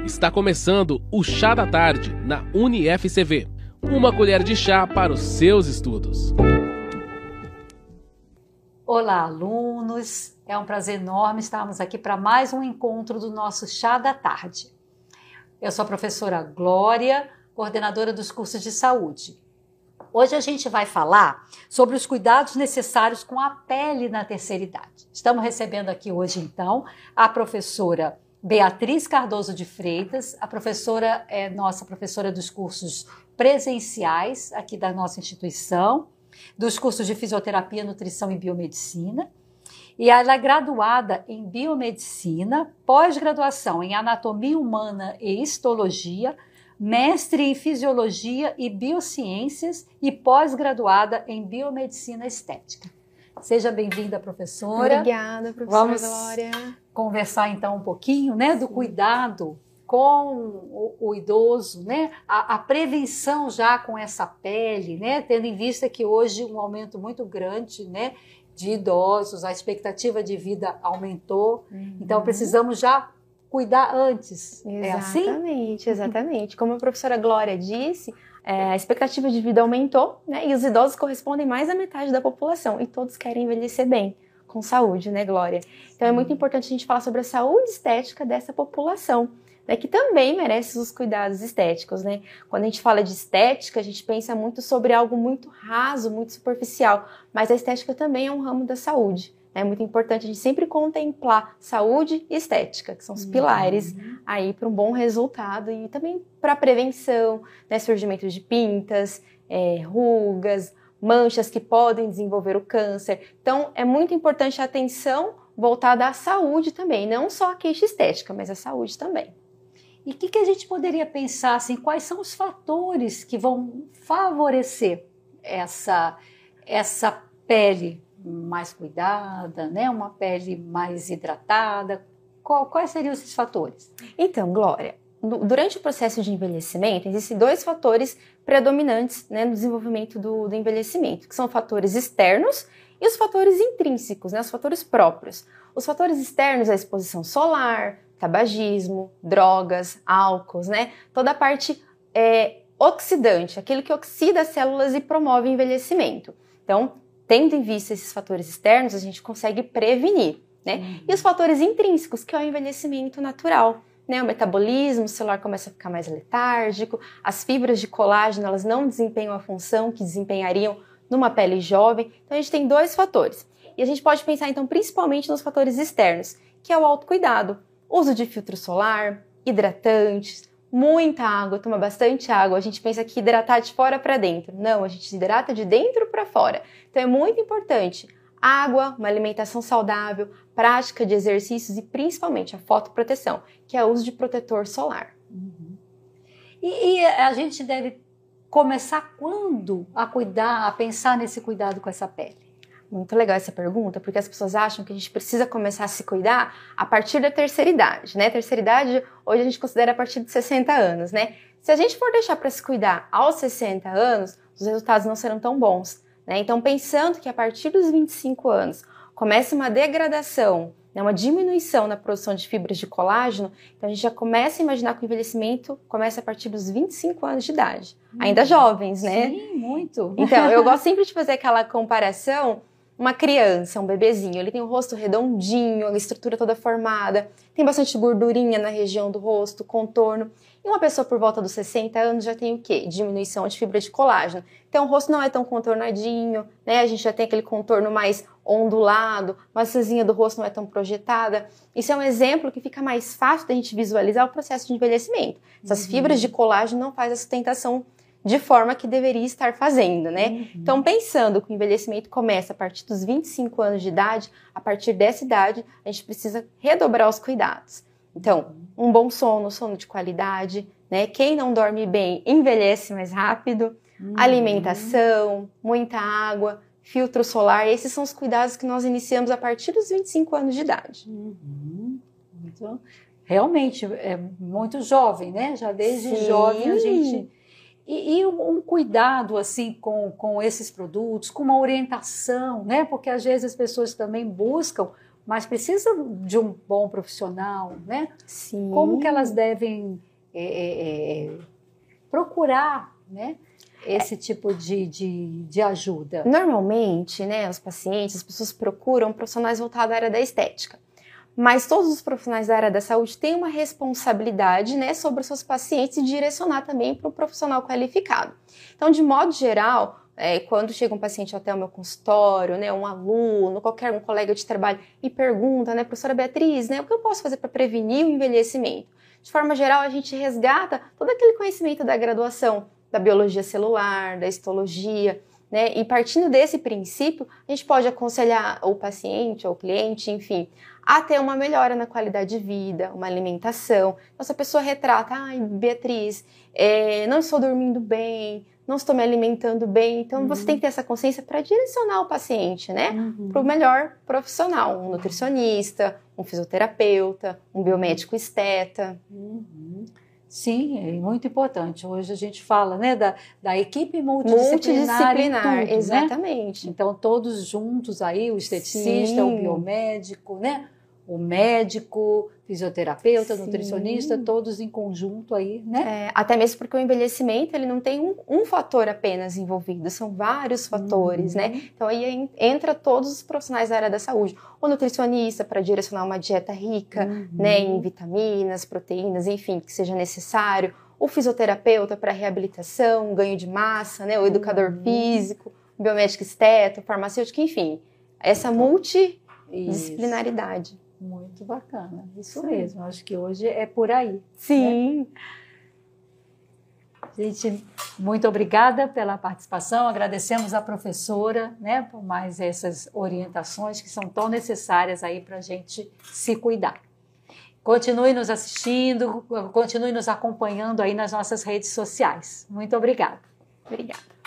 Está começando o Chá da Tarde, na UniFCV. Uma colher de chá para os seus estudos. Olá, alunos! É um prazer enorme estarmos aqui para mais um encontro do nosso Chá da Tarde. Eu sou a professora Glória, coordenadora dos cursos de saúde. Hoje a gente vai falar sobre os cuidados necessários com a pele na terceira idade. Estamos recebendo aqui hoje, então, a professora Beatriz Cardoso de Freitas. A professora é nossa professora dos cursos presenciais aqui da nossa instituição, dos cursos de fisioterapia, nutrição e biomedicina. E ela é graduada em biomedicina, pós-graduação em anatomia humana e histologia, mestre em fisiologia e biociências e pós-graduada em biomedicina estética. Seja bem-vinda, professora. Obrigada, professora Glória. Vamos conversar então um pouquinho, né, do cuidado com o idoso, né, a prevenção já com essa pele, né, tendo em vista que hoje um aumento muito grande, né, de idosos, a expectativa de vida aumentou, então precisamos já cuidar antes. É assim? Exatamente. Como a professora Glória disse, a expectativa de vida aumentou, né? E os idosos correspondem mais à metade da população e todos querem envelhecer bem, com saúde, né, Glória? Então é muito importante a gente falar sobre a saúde estética dessa população, né, que também merece os cuidados estéticos, né? Quando a gente fala de estética, a gente pensa muito sobre algo muito raso, muito superficial, mas a estética também é um ramo da saúde. É muito importante a gente sempre contemplar saúde e estética, que são os pilares aí para um bom resultado e também para prevenção, né, surgimento de pintas, rugas, manchas que podem desenvolver o câncer. Então, é muito importante a atenção voltada à saúde também, não só a queixa estética, mas a saúde também. E o que a gente poderia pensar, assim, quais são os fatores que vão favorecer essa pele mais cuidada, né? Uma pele mais hidratada? Quais seriam esses fatores? Então, Glória, durante o processo de envelhecimento, existem dois fatores predominantes, né, no desenvolvimento do envelhecimento, que são fatores externos e os fatores intrínsecos, né, os fatores próprios. Os fatores externos, a exposição solar, tabagismo, drogas, álcools, né, toda a parte oxidante, aquilo que oxida as células e promove o envelhecimento. Então, tendo em vista esses fatores externos, a gente consegue prevenir, né? E os fatores intrínsecos, que é o envelhecimento natural, né? O metabolismo celular começa a ficar mais letárgico, as fibras de colágeno, elas não desempenham a função que desempenhariam numa pele jovem. Então, a gente tem dois fatores. E a gente pode pensar, então, principalmente nos fatores externos, que é o autocuidado, uso de filtro solar, hidratantes, muita água, toma bastante água. A gente pensa que hidratar de fora para dentro. Não, a gente hidrata de dentro para fora. Então é muito importante água, uma alimentação saudável, prática de exercícios e principalmente a fotoproteção, que é o uso de protetor solar. E a gente deve começar quando a cuidar, a pensar nesse cuidado com essa pele? Muito legal essa pergunta, porque as pessoas acham que a gente precisa começar a se cuidar a partir da terceira idade, né? Terceira idade, hoje a gente considera a partir de 60 anos, né? Se a gente for deixar para se cuidar aos 60 anos, os resultados não serão tão bons, né? Então, pensando que a partir dos 25 anos começa uma degradação, né, uma diminuição na produção de fibras de colágeno, então a gente já começa a imaginar que o envelhecimento começa a partir dos 25 anos de idade. Ainda jovens, né? Sim, muito. Então, eu gosto sempre de fazer aquela comparação. Uma criança, um bebezinho, ele tem o rosto redondinho, a estrutura toda formada, tem bastante gordurinha na região do rosto, contorno. E uma pessoa por volta dos 60 anos já tem o quê? Diminuição de fibra de colágeno. Então o rosto não é tão contornadinho, né? A gente já tem aquele contorno mais ondulado, a maçãzinha do rosto não é tão projetada. Isso é um exemplo que fica mais fácil da gente visualizar o processo de envelhecimento. Essas fibras de colágeno não fazem a sustentação de forma que deveria estar fazendo, né? Então, pensando que o envelhecimento começa a partir dos 25 anos de idade, a partir dessa idade, a gente precisa redobrar os cuidados. Então, um bom sono de qualidade, né? Quem não dorme bem envelhece mais rápido, alimentação, muita água, filtro solar, esses são os cuidados que nós iniciamos a partir dos 25 anos de idade. Então, realmente, é muito jovem, né? Já desde jovem a gente... E um cuidado assim com esses produtos, com uma orientação, né? Porque às vezes as pessoas também buscam mas precisam de um bom profissional, né? Sim. Como que elas devem procurar, né, esse tipo de ajuda? Normalmente, né, os pacientes, as pessoas procuram profissionais voltados à área da estética. Mas todos os profissionais da área da saúde têm uma responsabilidade, né, sobre os seus pacientes e direcionar também para um profissional qualificado. Então, de modo geral, quando chega um paciente até o meu consultório, né, um aluno, um colega de trabalho, e pergunta, né, professora Beatriz, né, o que eu posso fazer para prevenir o envelhecimento? De forma geral, a gente resgata todo aquele conhecimento da graduação, da biologia celular, da histologia, né, e partindo desse princípio, a gente pode aconselhar o paciente ou o cliente, enfim, a ter uma melhora na qualidade de vida, uma alimentação. Então, se a pessoa retrata, ai, Beatriz, não estou dormindo bem, não estou me alimentando bem, então você tem que ter essa consciência para direcionar o paciente, né, para o melhor profissional, um nutricionista, um fisioterapeuta, um biomédico esteta. Sim, é muito importante. Hoje a gente fala, né, da equipe multidisciplinar em tudo, exatamente. Né? Então, todos juntos aí, o esteticista, o biomédico, né? O médico, fisioterapeuta, nutricionista, todos em conjunto aí, né? Até mesmo porque o envelhecimento, ele não tem um fator apenas envolvido, são vários fatores, né? Então aí entra todos os profissionais da área da saúde. O nutricionista para direcionar uma dieta rica, né, em vitaminas, proteínas, enfim, que seja necessário. O fisioterapeuta para reabilitação, ganho de massa, né? O educador físico, o biomédico esteta, o farmacêutico, enfim. Essa multidisciplinaridade. Muito bacana, isso mesmo. Acho que hoje é por aí. Sim. Né? Gente, muito obrigada pela participação. Agradecemos a professora, né, por mais essas orientações que são tão necessárias aí para a gente se cuidar. Continue nos assistindo, continue nos acompanhando aí nas nossas redes sociais. Muito obrigada. Obrigada.